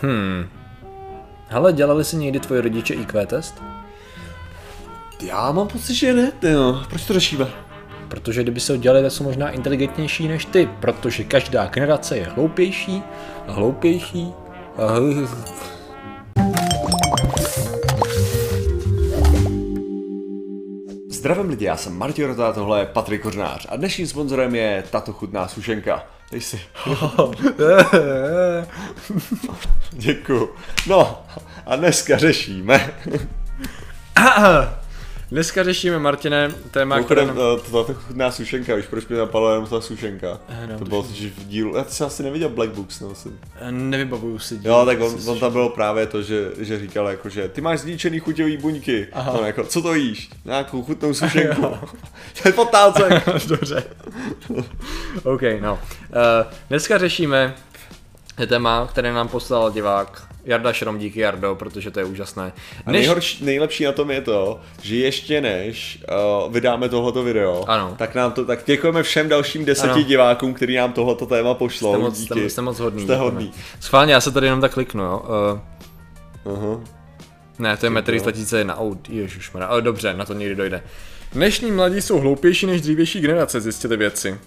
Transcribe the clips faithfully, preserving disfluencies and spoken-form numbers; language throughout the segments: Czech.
Hmm. Hele, dělali si někdy tvoji rodiče í kvé test? Já mám pocit, že ne, no. Proč to řešíme? Protože kdyby se ho dělali, tak jsou možná inteligentnější než ty, protože každá generace je hloupější a hloupější a... Zdravím lidi, já jsem Martin Rota, tohle je Patrik Kořnář a dnešním sponzorem je tato chutná sušenka. Dej si. Děkuju. No a dneska řešíme. Dneska řešíme, Martine, téma, které... které... Nám... Tato chutná sušenka, víš, proč mi napadla jenom ta sušenka? No, to bylo totiž v dílu, já jsem asi neviděl Black Books, no jsem. Nevybavuju si díl. Jo, tak on, on tam bylo právě to, že, že říkal jako, že ty máš zničený chuťový buňky. No, jako, co to jíš? Nějakou chutnou sušenku. To je potálcek. Dobře. OK, no. Uh, dneska řešíme téma, které nám poslal divák Jarda Šrom, díky Jardo, protože to je úžasné. A než... nejhorší, nejlepší na tom je to, že ještě než uh, vydáme tohleto video, ano. tak nám to, tak děkujeme všem dalším deseti ano. divákům, kteří nám tohleto téma pošlou. Jste moc, díky. jste, jste moc hodný. Jste hodný. Schválně, já se tady jenom tak kliknu, jo. Uh, uh-huh. Ne, to je Matrix dva tisíce jedna, oh, ježišmarja, ale dobře, na to někdy dojde. Dnešní mladí jsou hloupější než dřívější generace, zjistili vědci.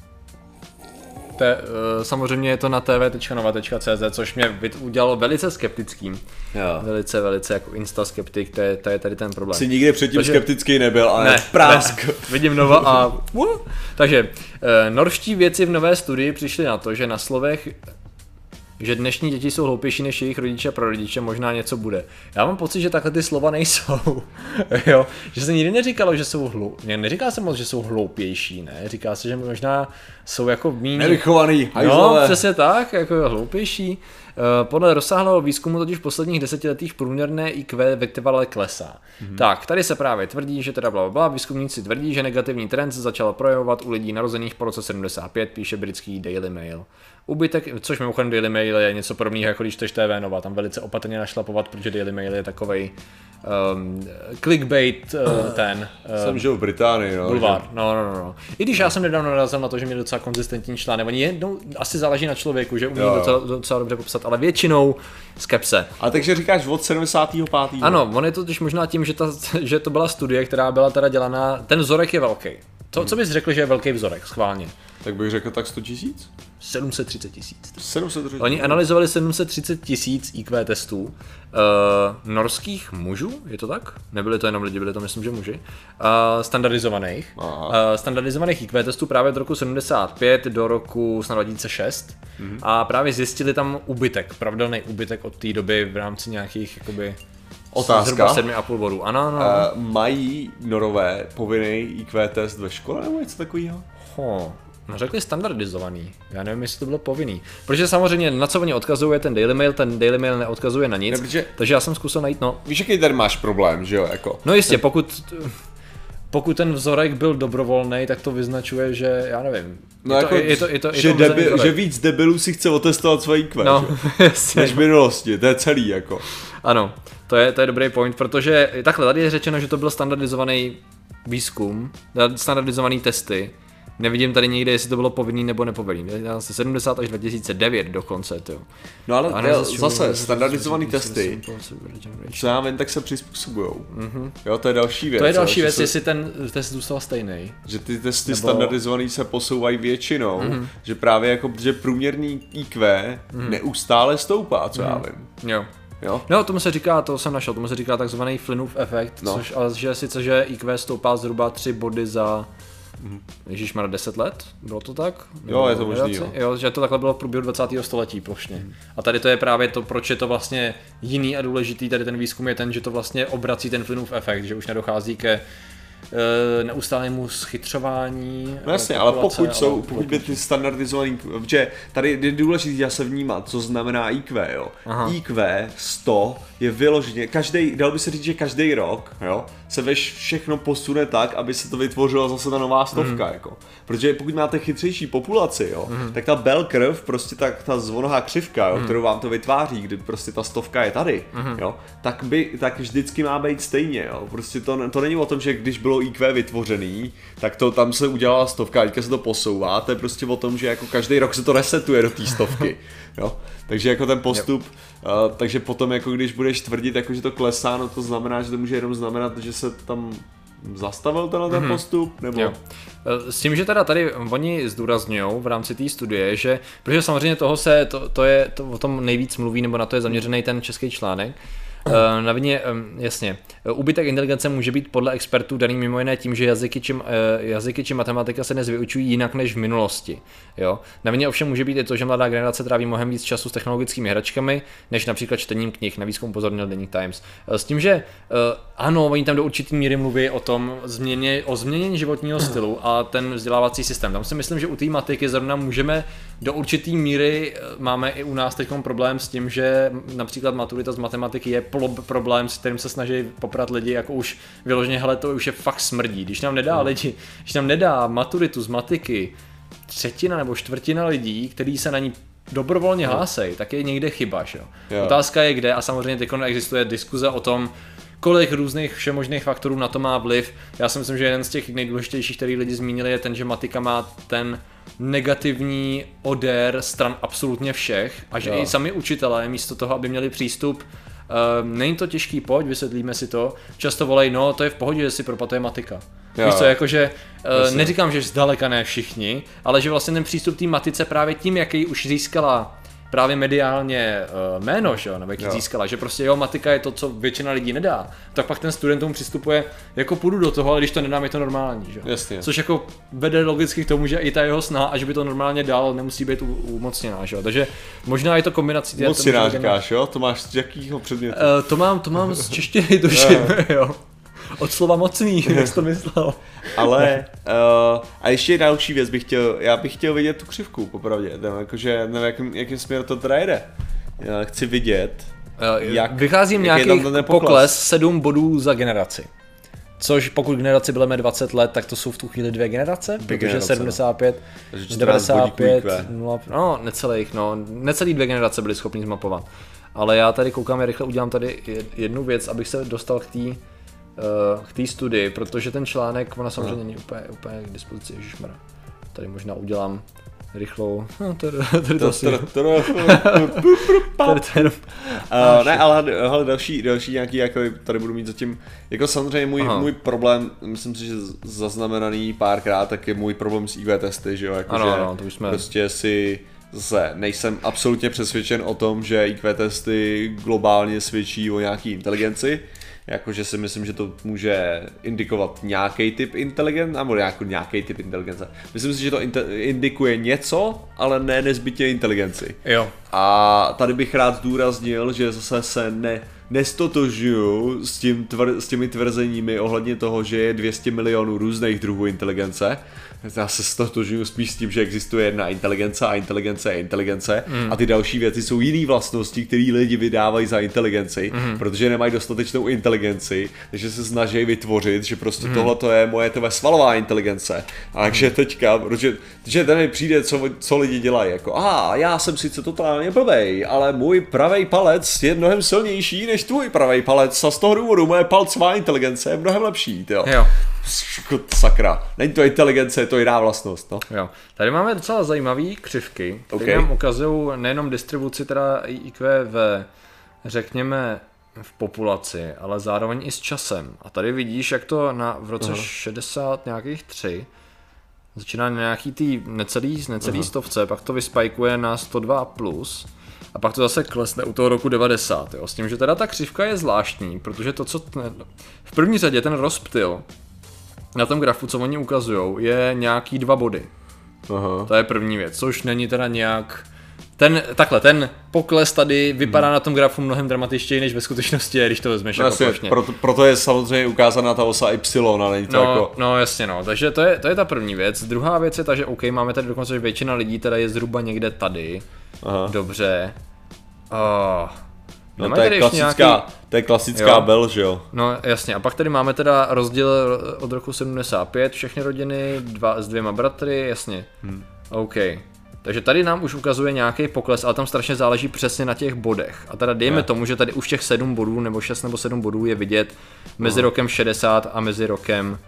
Te, uh, samozřejmě je to na t v tečka nova tečka c z, což mě udělalo velice skeptickým. Jo. Velice, velice jako instaskeptik, to je, to je tady ten problém. Jsi nikdy předtím Takže... skeptický nebyl, ale ne, prásk. Ne, vidím Nova a... Uh, takže, uh, norští vědci v nové studii přišli na to, že na slovech, že dnešní děti jsou hloupější než jejich rodiče a prarodiče, možná něco bude. Já mám pocit, že takhle ty slova nejsou. Jo? Že se nikdy neříkalo, že jsou hloupější. Neříká se moc, že jsou hloupější, ne? Říká se, že možná jsou jako míň... Nevychovaný, hajzlové. No, přesně tak, jako hloupější. Podle rozsáhlého výzkumu totiž v posledních desetiletích průměrné í kvé vytrvale klesá. Mm-hmm. Tak, tady se právě tvrdí, že teda blablabla, výzkumníci tvrdí, že negativní trend se začal projevovat u lidí narozených po roce sedmdesát pět, píše britský Daily Mail. Ubytek, což mimochodem Daily Mail je něco podobného, jako když čteš T V Nova, tam velice opatrně našlapovat, protože Daily Mail je takovej um, clickbait uh, ten... Uh, jsem žil v Británii, no. Bulvár, no, no, no, no. I když já jsem nedávno narazil na to, že mě docela konzistentní článek, oni jednou asi záleží na člověku, že umí docela, docela dobře popsat, ale většinou skepse. A takže říkáš od sedmdesátého pátého Ano, on je to totiž možná tím, že, ta, že to byla studie, která byla teda dělaná, ten vzorek je velký. Co, co bys řekl, že je velký vzorek, schválně? Tak bych řekl tak sto tisíc? sedm set třicet tisíc. sedm set třicet Oni analyzovali sedm set třicet tisíc í kvé testů uh, norských mužů, je to tak? Nebyli to jenom lidi, byli to myslím, že muži. Uh, standardizovaných. Uh, standardizovaných í kvé testů právě od roku sedmdesát pět do roku snad dva tisíce šest. Mm-hmm. A právě zjistili tam úbytek, pravidelný úbytek od té doby v rámci nějakých jakoby... Otázka. Zhruba sedm a půl bodu. Ano, ano. Uh, mají Norové povinný í kvé test ve škole nebo něco takového? Ho, no řekli standardizovaný. Já nevím, jestli to bylo povinný. Protože samozřejmě na co oni odkazuje ten Daily Mail, ten Daily Mail neodkazuje na nic. Ne, protože... Takže já jsem zkusil najít, no. Víš, jaký tady máš problém, že jo, jako. No jistě, pokud pokud ten vzorek byl dobrovolný, tak to vyznačuje, že já nevím. No je jako, to, je to, je to, je že, to debi, že víc debilů si chce otestovat svojí í kvé, no, než v minulosti, to je celý, jako. Ano, to je, to je dobrý point, protože takhle, tady je řečeno, že to byl standardizovaný výzkum, standardizovaný testy. Nevidím tady někde, jestli to bylo povinný nebo nepovinný. Asi sedmdesát až dva tisíce devět dokonce, to. No ale to, zase standardizovaný testy, co já vím, tak se přizpůsobujou. Mm-hmm. Jo, to je další věc. To je další věc, se... jestli ten test zůstal stejný. Že ty testy nebo... standardizovaný se posouvají většinou, mm-hmm. že právě jako, že průměrný í kvé mm-hmm. neustále stoupá, co mm-hmm. já vím. Jo. Jo? No, tomu se říká, to jsem našel, tomu se říká takzvaný Flynnův efekt, no. Což ale že sice, že í kvé stoupá zhruba tři body za ježišmarja deset let, bylo to tak? Jo, je to možný, jo. jo. Že to takhle bylo v průběhu dvacátého století plošně. Hmm. A tady to je právě to, proč je to vlastně jiný a důležitý, tady ten výzkum je ten, že to vlastně obrací ten Flynnův efekt, že už nedochází ke e, neustálému schytřování. No jasně, ale pokud jsou, ale pokud by ty standardizovaný, že tady je důležité se vnímat, co znamená í kvé, jo. Aha. í kvé sto je vyloženě, každý, dal by se říct, že každý rok, jo, se veš všechno posune tak, aby se to vytvořila zase ta nová stovka, mm. jako. Protože pokud máte chytřejší populaci, jo, mm. tak ta bell curve, prostě tak ta zvonohá křivka, jo, mm. kterou vám to vytváří, kdy prostě ta stovka je tady, mm. jo, tak by, tak vždycky má být stejně, jo. Prostě to, to není o tom, že když bylo bylo í kvé vytvořený, tak to tam se udělala stovka, teďka se to posouvá, to je prostě o tom, že jako každý rok se to resetuje do té stovky, jo. Takže jako ten postup, uh, takže potom jako když budeš tvrdit, jako, že to klesá, no to znamená, že to může jenom znamenat, že se tam zastavil tenhle ten mm-hmm. postup, nebo... Jo. S tím, že teda tady oni zdůrazňují v rámci té studie, že, protože samozřejmě toho se, to, to je, to o tom nejvíc mluví, nebo na to je zaměřený ten český článek, Uh, na vině, um, jasně, úbytek inteligence může být podle expertů daný mimo jiné tím, že jazyky či, uh, jazyky či matematika se dnes vyučují jinak než v minulosti. Jo? Na vině ovšem může být i to, že mladá generace tráví mnohem víc času s technologickými hračkami, než například čtením knih, na výzkum upozornil Deník Times. Uh, s tím, že uh, ano, oni tam do určitý míry mluví o tom změně, o změnění životního stylu a ten vzdělávací systém. Tam si myslím, že u té matiky zrovna můžeme do určitý míry, máme i u nás teď problém s tím, že například maturita z matematiky je problém, s kterým se snaží poprat lidi, jako už vyloženě, hele, to už je fakt smrdí. Když nám nedá lidi, když nám nedá maturitu z matiky třetina nebo čtvrtina lidí, kteří se na ní dobrovolně hlásej, tak je někde chyba, že jo. Otázka je kde a samozřejmě teď existuje diskuze o tom, kolik různých všemožných faktorů na to má vliv. Já si myslím, že jeden z těch nejdůležitějších, který lidi zmínili, je ten, že matika má ten negativní odér stran absolutně všech a že jo. i sami učitelé místo toho, aby měli přístup, Uh, není to těžký, pojď, vysvětlíme si to. Často volej, no to je v pohodě, že si propatuje matika. Jo. Víš co, jakože, uh, neříkám, že zdaleka ne všichni, ale že vlastně ten přístup té matice právě tím, jaký už získala právě mediálně uh, jméno, že jo, nebo jaký jo. získala, že prostě jo, matika je to, co většina lidí nedá, tak pak ten student tomu přistupuje, jako půjdu do toho, ale když to nedám, je to normální, že jo. Jasně. Což jako vede logicky k tomu, že i ta jeho snaha, a že by to normálně dál, nemusí být umocněná, že jo. Takže možná je to kombinací. Umocněná říkáš, jo? To máš z jakýho předmětu? Uh, to mám, to mám z češtiny, tuším, jo. Od slova mocný, jak jsi to myslel. Ale uh, a ještě další věc bych chtěl, já bych chtěl vidět tu křivku, popravdě, nevím, jakože, nevím, jakým, jakým směrem to teda jede. Já chci vidět, uh, jak, vycházím jak nějaký pokles. pokles sedm bodů za generaci. Což pokud generaci budeme dvacet let, tak to jsou v tu chvíli dvě generace, dvě protože generace, sedmdesát pět, no. devadesát pět, nula, no necelých, no, necelý dvě generace byly schopný zmapovat. Ale já tady koukám, já rychle udělám tady jednu věc, abych se dostal k té k té studii, protože ten článek, ona samozřejmě není úplně, úplně k dispozici, ježišmarja. Tady možná udělám rychlou, no tady, tady to asi. Ne, ale, ale další, další nějaký, jako tady budu mít zatím, jako samozřejmě můj, můj problém, myslím si, že zaznamenaný párkrát, tak je můj problém s í vé testy, že jo, jakože ano, to už jsme... prostě si zase nejsem absolutně přesvědčen o tom, že í kvé testy globálně svědčí o nějaký inteligenci. Jakože si myslím, že to může indikovat nějaký typ inteligence, nebo jako nějaký typ inteligence. Myslím si, že to indikuje něco, ale ne nezbytně inteligenci. Jo. A tady bych rád zdůraznil, že zase se ne, nestotožuju s, tím tvr, s těmi tvrzeními ohledně toho, že je dvě stě milionů různých druhů inteligence. Já se stotožuju spíš s tím, že existuje jedna inteligence a inteligence je inteligence mm. a ty další věci jsou jiné vlastnosti, které lidi vydávají za inteligenci, mm. protože nemají dostatečnou inteligenci, takže se snaží vytvořit, že prostě mm. tohle je moje tvé svalová inteligence. A takže mm. teďka, protože, protože ten mi přijde, co, co lidi dělají, jako a já jsem sice totálně blbej, ale můj pravej palec je mnohem silnější než tvůj pravej palec a z toho důvodu moje palcová inteligence je mnohem lepší, jo. jo. Sakra, není to inteligence, je to jiná vlastnost, no. Jo. Tady máme docela zajímavé křivky, které okay. nám ukazují nejenom distribuci teda í kvé v, řekněme, v populaci, ale zároveň i s časem. A tady vidíš, jak to na, v roce uh-huh. šedesát nějakých tři začíná na nějaký tý necelý, necelý uh-huh. stovce, pak to vyspajkuje na sto dva plus a pak to zase klesne u toho roku devadesát, jo. S tím, že teda ta křivka je zvláštní, protože to, co v první řadě ten rozptyl na tom grafu, co oni ukazujou, je nějaký dva body. Aha. To je první věc, což není teda nějak... Ten, takhle, ten pokles tady vypadá hmm. na tom grafu mnohem dramatičtěji, než ve skutečnosti je, když to vezmeš no, jako plošně. Proto, proto je samozřejmě ukázaná ta osa Y, ale není to no, jako... No jasně no, takže to je, to je ta první věc. Druhá věc je ta, že OK, máme tady dokonce, že většina lidí teda je zhruba někde tady. Aha. Dobře. Oh. No to je, klasická, nějaký... to je klasická jo. Bell, že jo? No jasně, a pak tady máme teda rozdíl od roku sedmdesát pět, všechny rodiny, dva, s dvěma bratry, jasně. Hmm. OK. Takže tady nám už ukazuje nějaký pokles, ale tam strašně záleží přesně na těch bodech. A teda dejme je. tomu, že tady už těch sedm bodů, nebo šest nebo sedm bodů je vidět mezi Aha. rokem šedesát a mezi rokem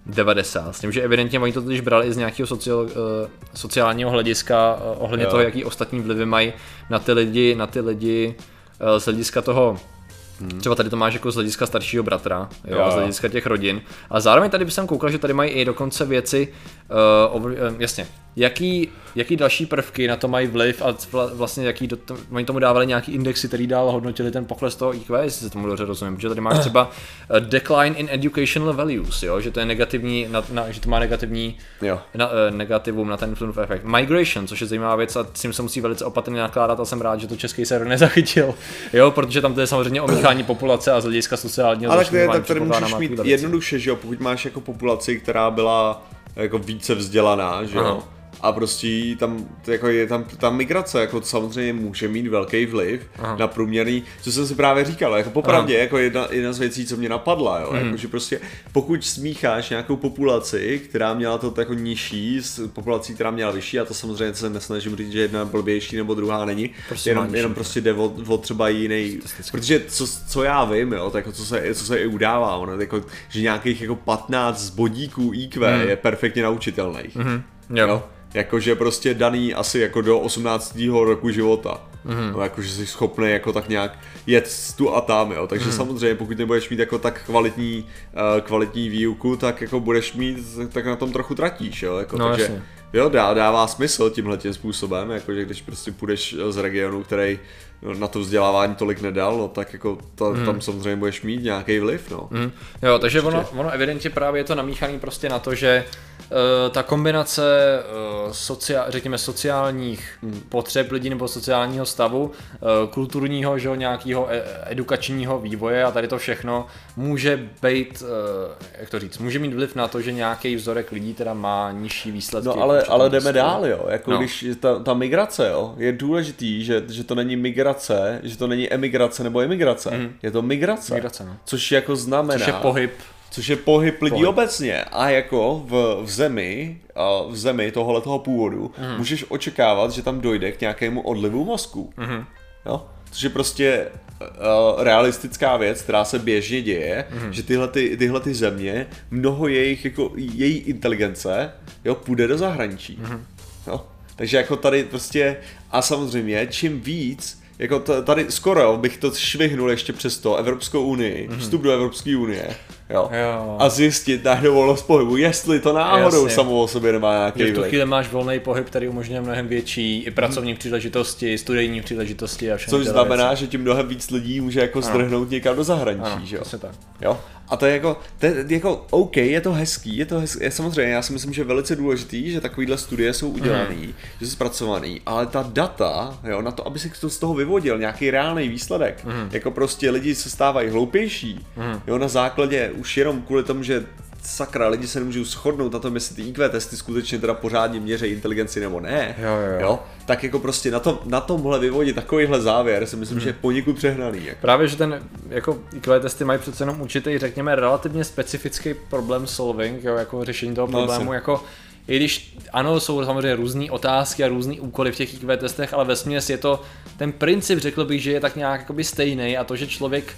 devadesát. S tím, že evidentně oni to totiž brali i z nějakého socio, uh, sociálního hlediska uh, ohledně jo. toho, jaký ostatní vlivy mají na ty lidi, na ty lidi uh, z hlediska toho. Hmm. Třeba tady to máš jako z hlediska staršího bratra, jo, jo. z hlediska těch rodin. A zároveň tady bych jsem koukal, že tady mají i dokonce věci, uh, over, uh, jasně, jaký, jaký další prvky na to mají vliv a vlastně jaký, do, to, oni tomu dávali nějaký indexy, který dál hodnotili ten pokles toho í kvé, jestli se tomu dobře rozumím, protože tady máš třeba uh, decline in educational values, jo, že to je negativní, na, na, že to má negativní jo. Na, uh, negativum na ten influence efekt. Migration, což je zajímavá věc a s tím se musí velice opatrně nakládat a jsem rád, že to český server nezachytil, jo, protože tam to je samozřejmě omíchání populace a z hlediska sociálního ale začínání. Ale tak tady můžeš mít jednoduše, že jo, pokud máš jako populaci, která byla jako více vzdělaná, že jo, a prostě tam, jako je tam ta migrace, jako samozřejmě může mít velký vliv Aha. na průměrný, co jsem si právě říkal, jako popravdě, Aha. jako jedna, jedna z věcí, co mě napadla, jo, mm. jako, že prostě pokud smícháš nějakou populaci, která měla to jako nižší, s populací, která měla vyšší, a to samozřejmě se nesnažím říct, že jedna blbější nebo druhá není, prostě jenom, jenom prostě jde o, o třeba jiný, protože co, co já vím, jo, tak jako co se, co se i udává, ono, jako, že nějakých jako patnáct bodíků í kvé mm. je perfektně naučitelných, mm. jo. jo? Jakože prostě daný asi jako do osmnáctého roku života. Mm. No, jakože jsi schopný jako tak nějak jet tu a tam, jo. Takže mm. samozřejmě pokud nebudeš mít jako tak kvalitní, uh, kvalitní výuku, tak jako budeš mít, tak na tom trochu tratíš, jo. Jako, no, takže, jasně. Jo, dá, dává smysl tímhletím způsobem, jakože když prostě půjdeš z regionu, který na to vzdělávání tolik nedal, no, tak jako ta, mm. tam samozřejmě budeš mít nějaký vliv, no. Mm. Jo, takže ono, ono evidentně právě je to namíchaný prostě na to, že uh, ta kombinace uh, socia, řekněme sociálních mm. potřeb lidí nebo sociálního stavu, uh, kulturního, že, nějakého e- edukačního vývoje a tady to všechno může být, uh, jak to říct, může mít vliv na to, že nějaký vzorek lidí teda má nižší výsledky. No ale, ale jdeme dál, jo, jako no. když ta, ta migrace, jo, je důležitý, že, že to není migrace, že to není emigrace nebo emigrace, mm. je to migrace, migrace no. což jako znamená, což je pohyb, což je pohyb lidí pohyb. obecně a jako v, v zemi, v zemi tohohletoho původu mm. můžeš očekávat, že tam dojde k nějakému odlivu mozku, mm. jo? Což je prostě uh, realistická věc, která se běžně děje, mm. že tyhle, ty, tyhle ty země, mnoho jejich, jako její inteligence, jo, půjde do zahraničí, mm. jo? Takže jako tady prostě, a samozřejmě čím víc, jako tady skoro bych to švihnul ještě přes to Evropskou unii, mm-hmm. vstup do Evropské unie, jo, jo. a zjistit náhodou volnost pohybu, jestli to náhodou samo o sobě nemá nějaký vliv. V tu chvíli máš volný pohyb, který umožňuje mnohem větší i pracovní mm. příležitosti, studijní příležitosti a všechno. Což znamená, věci. že tím mnohem víc lidí může jako zdrhnout někam do zahraničí, ano, že jo. Tak. jo. A to je jako, to je jako OK, je to hezký, je to hezký, samozřejmě, já si myslím, že je velice důležitý, že takovýhle studie jsou udělané, mm. že jsou zpracované, ale ta data, jo, na to, aby si to z toho vyvodil nějaký reálný výsledek, mm. jako prostě lidi se stávají hloupější, mm. jo, na základě už jenom kvůli tomu, že sakra, lidi se nemůžou shodnout na tom, jestli ty í kvé testy skutečně teda pořádně měří inteligenci nebo ne, jo, jo, jo. jo, tak jako prostě na, tom, na tomhle vyvodit takovýhle závěr si myslím, hmm. že je poněkud přehnaný. Jako. Právě, že ten jako í kvé testy mají přece jenom určitý, řekněme, relativně specifický problem solving, jo, jako řešení toho problému, no, jako i když ano, jsou samozřejmě různé otázky a různý úkoly v těch í kvé testech, ale vesměs je to, ten princip řekl bych, že je tak nějak jakoby stejný a to, že člověk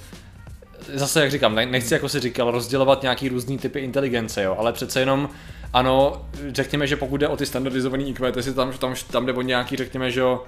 zase, jak říkám, nechci, jako si říkal, rozdělovat nějaký různý typy inteligence, jo, ale přece jenom, ano, řekněme, že pokud jde o ty standardizované í kvé testy, tam, tam, tam jde o nějaký, řekněme, že jo,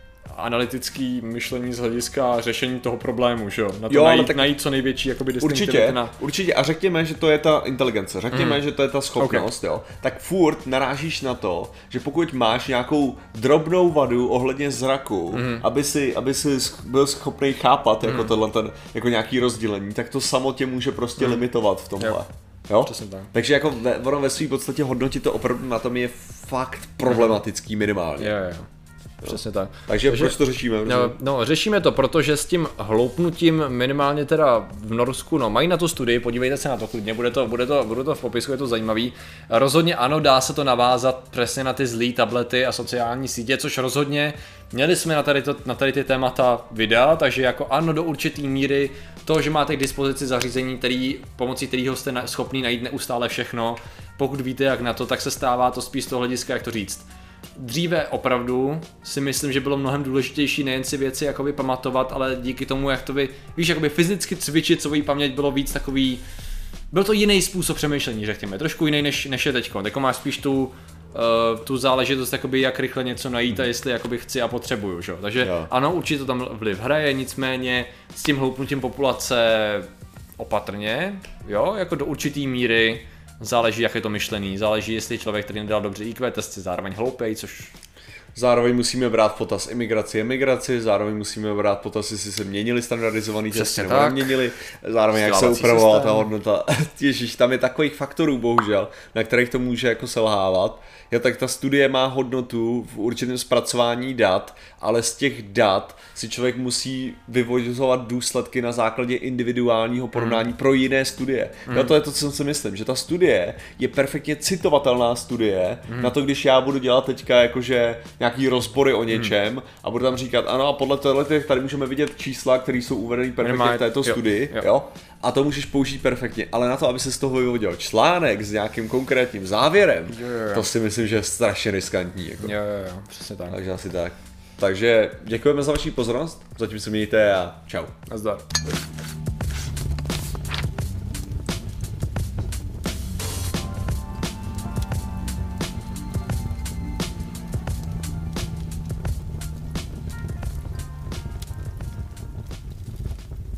analytický myšlení z hlediska řešení toho problému, že jo, na to jo, najít, tak najít co největší jakoby distinktivitu na... Určitě, a řekněme, že to je ta inteligence, řekněme, mm. že to je ta schopnost, okay. jo, tak furt narážíš na to, že pokud máš nějakou drobnou vadu ohledně zraku, mm. aby si, aby si byl schopný chápat jako mm. tohle, ten, jako nějaký rozdělení, tak to samo tě může prostě mm. limitovat v tomhle. Jo. Jo? Tak. Takže jako ve, ono ve svým podstatě hodnotit to opravdu na tom je fakt problematický minimálně. Jo, jo. Přesně tak. Takže, Takže proč to řešíme? No, no, řešíme to, protože s tím hloupnutím minimálně teda v Norsku, no mají na tu studii, podívejte se na to klidně, bude to, bude to, bude to v popisku, je to zajímavý. Rozhodně ano, dá se to navázat přesně na ty zlý tablety a sociální sítě, což rozhodně měli jsme na tady, to, na tady ty témata videa, takže jako ano, do určitý míry to, že máte k dispozici zařízení, který, pomocí kterého jste schopný najít neustále všechno, pokud víte jak na to, tak se stává to spíš z toho hlediska, jak to říct. Dříve opravdu si myslím, že bylo mnohem důležitější nejen si věci jakoby pamatovat, ale díky tomu, jak to by, víš, jakoby fyzicky cvičit svoji paměť bylo víc takový, byl to jiný způsob přemýšlení, řekněme, trošku jiný než, než je teďko. Jako máš spíš tu, uh, tu záležitost, jakoby, jak rychle něco najít a jestli jakoby chci a potřebuju, že? Takže jo. Ano, určitě to tam vliv hraje, nicméně s tím hloupnutím populace opatrně, jo, jako do určitý míry záleží, jak je to myšlený, záleží, jestli člověk, který nedal dobře í kvé testy, zároveň hloupej, což... Zároveň musíme brát v potaz imigraci, emigraci, zároveň musíme brát v potaz, jestli se měnili standardizovaný testy nebo neměnili, zároveň jak se upravovala ta hodnota. Ježiš, tam je takových faktorů, bohužel, na kterých to může jako selhávat. Jo, tak ta studie má hodnotu v určitém zpracování dat, ale z těch dat si člověk musí vyvozovat důsledky na základě individuálního porovnání mm. pro jiné studie. Mm. Jo, to je to, co si myslím, že ta studie je perfektně citovatelná studie mm. na to, když já budu dělat teďka jakože nějaký rozbory o něčem mm. a budu tam říkat, ano a podle tohle tady můžeme vidět čísla, které jsou uvedeny perfektně v této studii, jo, jo. jo. A to můžeš použít perfektně, ale na to, aby se z toho vyvodil článek s nějakým konkrétním závěrem, jo, jo, jo. to si myslím, že je strašně riskantní. Jako. Jo, jo, jo, přesně tak. Takže asi tak. Takže děkujeme za vaši pozornost, zatím se mějte a čau. Nazdar.